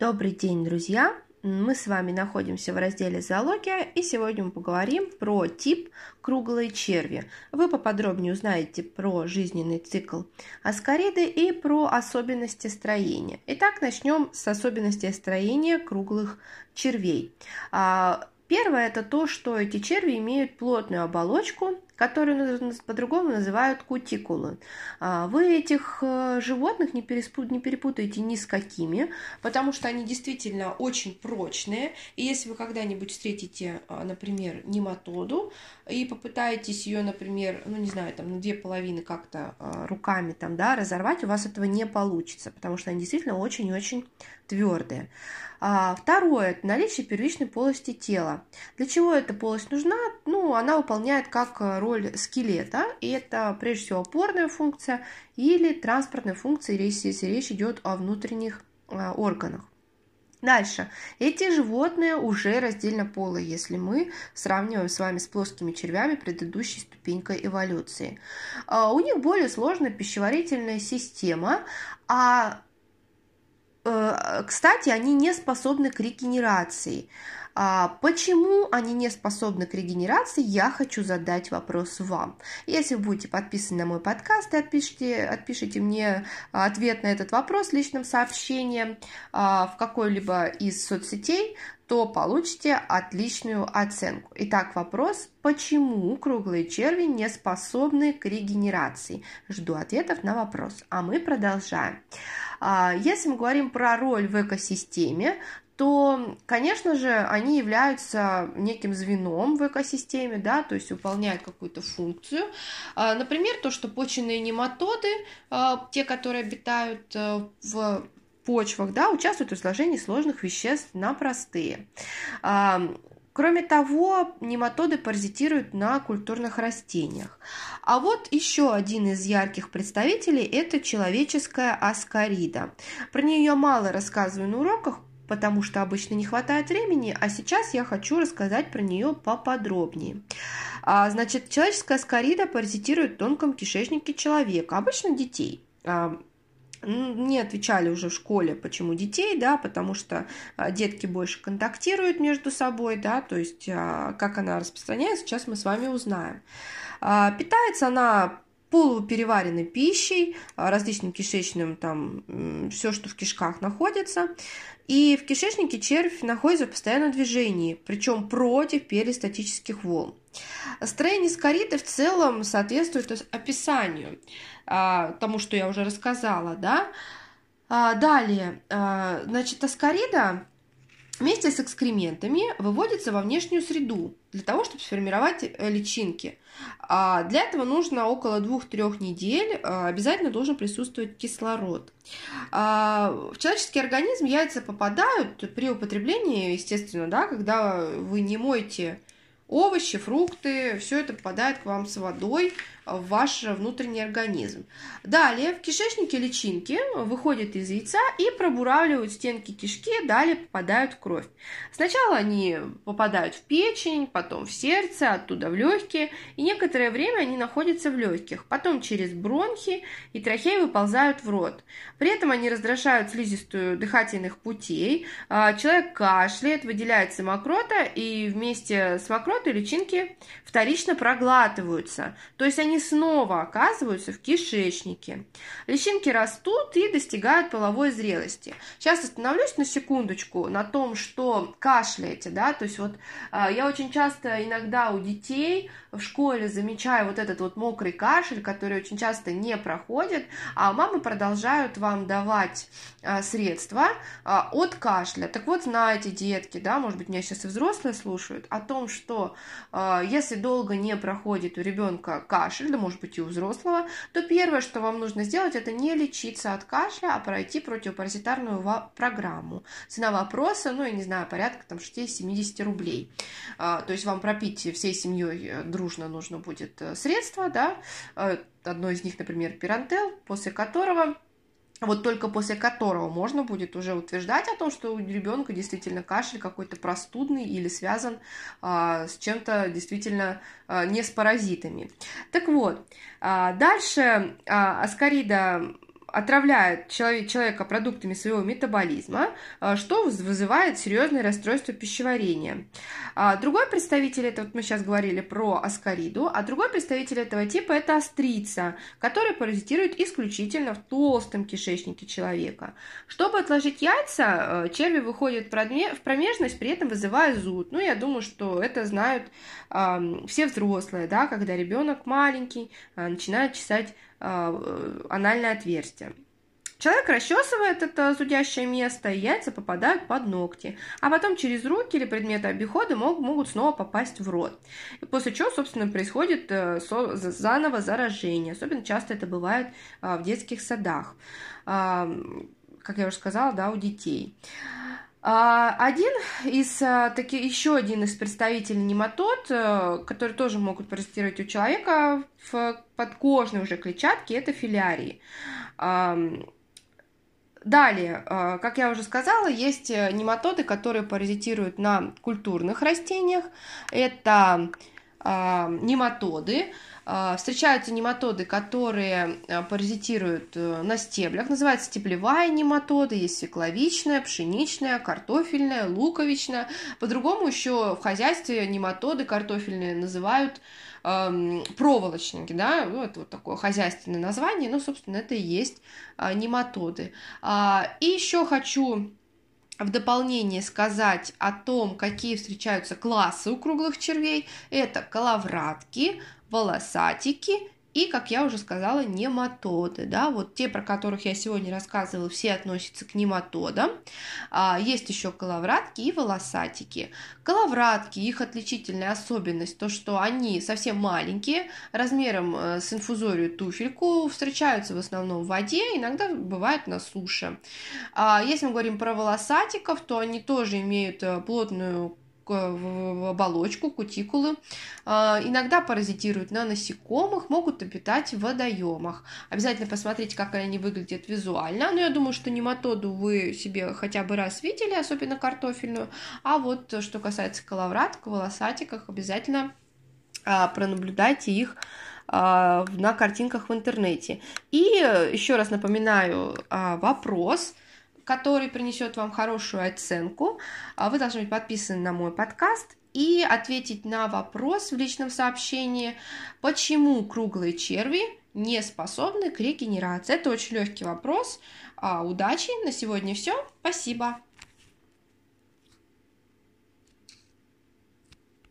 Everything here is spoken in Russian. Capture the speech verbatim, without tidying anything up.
Добрый день, друзья! Мы с вами находимся в разделе «Зоология», и сегодня мы поговорим про тип круглые черви. Вы поподробнее узнаете про жизненный цикл аскариды и про особенности строения. Итак, начнем с особенностей строения круглых червей. Первое – это то, что эти черви имеют плотную оболочку, которую по-другому называют кутикулы. Вы этих животных не перепутаете ни с какими, потому что они действительно очень прочные. И если вы когда-нибудь встретите, например, нематоду и попытаетесь ее, например, ну не знаю, там на две половины как-то руками там, да, разорвать, у вас этого не получится, потому что они действительно очень и очень твердые. Второе – это наличие первичной полости тела. Для чего эта полость нужна? Ну, она выполняет как роль скелета, и это прежде всего опорная функция или транспортная функция, если речь идет о внутренних органах. Дальше. Эти животные уже раздельнополые, если мы сравниваем с вами с плоскими червями предыдущей ступенькой эволюции. У них более сложная пищеварительная система, а кстати, они не способны к регенерации. Почему они не способны к регенерации, я хочу задать вопрос вам. Если вы будете подписаны на мой подкаст и отпишите, отпишите мне ответ на этот вопрос личным сообщением в какой-либо из соцсетей, то получите отличную оценку. Итак, вопрос: почему круглые черви не способны к регенерации? Жду ответов на вопрос, а мы продолжаем. Если мы говорим про роль в экосистеме, то, конечно же, они являются неким звеном в экосистеме, да, то есть выполняют какую-то функцию. Например, то, что почвенные нематоды, те, которые обитают в почвах, да, участвуют в разложении сложных веществ на простые. Кроме того, нематоды паразитируют на культурных растениях. А вот еще один из ярких представителей – это человеческая аскарида. Про нее я мало рассказываю на уроках, потому что обычно не хватает времени, а сейчас я хочу рассказать про нее поподробнее. Значит, человеческая аскарида паразитирует в тонком кишечнике человека, обычно детей. Мне отвечали уже в школе, почему детей, да, потому что детки больше контактируют между собой, да, то есть как она распространяется, сейчас мы с вами узнаем. Питается она полупереваренной пищей, различным кишечным, там, все, что в кишках находится. И в кишечнике червь находится в постоянном движении, причем против перистатических волн. Строение аскариды в целом соответствует описанию, тому, что я уже рассказала, да. Далее, значит, аскарида вместе с экскрементами выводится во внешнюю среду для того, чтобы сформировать личинки. Для этого нужно около двух-трёх недель, обязательно должен присутствовать кислород. В человеческий организм яйца попадают при употреблении, естественно, да, когда вы не моете овощи, фрукты, все это попадает к вам с водой в ваш внутренний организм. Далее в кишечнике личинки выходят из яйца и пробуравливают стенки кишки, далее попадают в кровь. Сначала они попадают в печень, потом в сердце, оттуда в легкие, и некоторое время они находятся в легких, потом через бронхи и трахеи выползают в рот. При этом они раздражают слизистую дыхательных путей, человек кашляет, выделяется мокрота, и вместе с мокротой личинки вторично проглатываются, то есть они снова оказываются в кишечнике. Личинки растут и достигают половой зрелости. Сейчас остановлюсь на секундочку на том, что кашляете, да, то есть вот я очень часто иногда у детей в школе замечаю вот этот вот мокрый кашель, который очень часто не проходит, а мамы продолжают вам давать средства от кашля. Так вот, знаете, детки, да, может быть, меня сейчас и взрослые слушают, о том, что если долго не проходит у ребенка кашель, да, может быть, и у взрослого, то первое, что вам нужно сделать, это не лечиться от кашля, а пройти противопаразитарную программу. Цена вопроса, ну, я не знаю, порядка там шестьдесят-семьдесят рублей. То есть вам пропить всей семьей дружно нужно будет средства, да, одно из них, например, пирантел, после которого вот только после которого можно будет уже утверждать о том, что у ребенка действительно кашель какой-то простудный или связан а, с чем-то действительно а, не с паразитами. Так вот, а, дальше а, аскарида отравляет человек, человека продуктами своего метаболизма, что вызывает серьезное расстройство пищеварения. Другой представитель, это вот мы сейчас говорили про аскариду, а другой представитель этого типа это острица, который паразитирует исключительно в толстом кишечнике человека. Чтобы отложить яйца, черви выходят в промежность, при этом вызывая зуд. Ну, я думаю, что это знают все взрослые, да, когда ребенок маленький начинает чесать анальное отверстие. Человек расчесывает это зудящее место, и яйца попадают под ногти, а потом через руки или предметы обихода могут, могут снова попасть в рот. И после чего, собственно, происходит заново заражение. Особенно часто это бывает в детских садах, как я уже сказала, да, у детей. Один из таких, еще один из представителей нематод, которые тоже могут паразитировать у человека в подкожной уже клетчатке, это филярии. Далее, как я уже сказала, есть нематоды, которые паразитируют на культурных растениях. Это нематоды. Встречаются нематоды, которые паразитируют на стеблях, называется стеблевая нематода, есть свекловичная, пшеничная, картофельная, луковичная. По-другому еще в хозяйстве нематоды картофельные называют э, проволочники, да, ну, это вот такое хозяйственное название, но, собственно, это и есть нематоды. И еще хочу в дополнение сказать о том, какие встречаются классы у круглых червей. Это коловратки, волосатики и, как я уже сказала, нематоды. Да? Вот те, про которых я сегодня рассказывала, все относятся к нематодам. А, есть еще коловратки и волосатики. Коловратки, их отличительная особенность, то, что они совсем маленькие, размером с инфузорию туфельку, встречаются в основном в воде, иногда бывают на суше. А, если мы говорим про волосатиков, то они тоже имеют плотную в оболочку, кутикулы. Иногда паразитируют на насекомых, могут обитать в водоемах. Обязательно посмотрите, как они выглядят визуально. Но я думаю, что нематоду вы себе хотя бы раз видели, особенно картофельную. А вот что касается коловраток, волосатиков, обязательно пронаблюдайте их на картинках в интернете. И еще раз напоминаю вопрос, который принесет вам хорошую оценку. Вы должны быть подписаны на мой подкаст и ответить на вопрос в личном сообщении, почему круглые черви не способны к регенерации. Это очень легкий вопрос. Удачи! На сегодня все. Спасибо!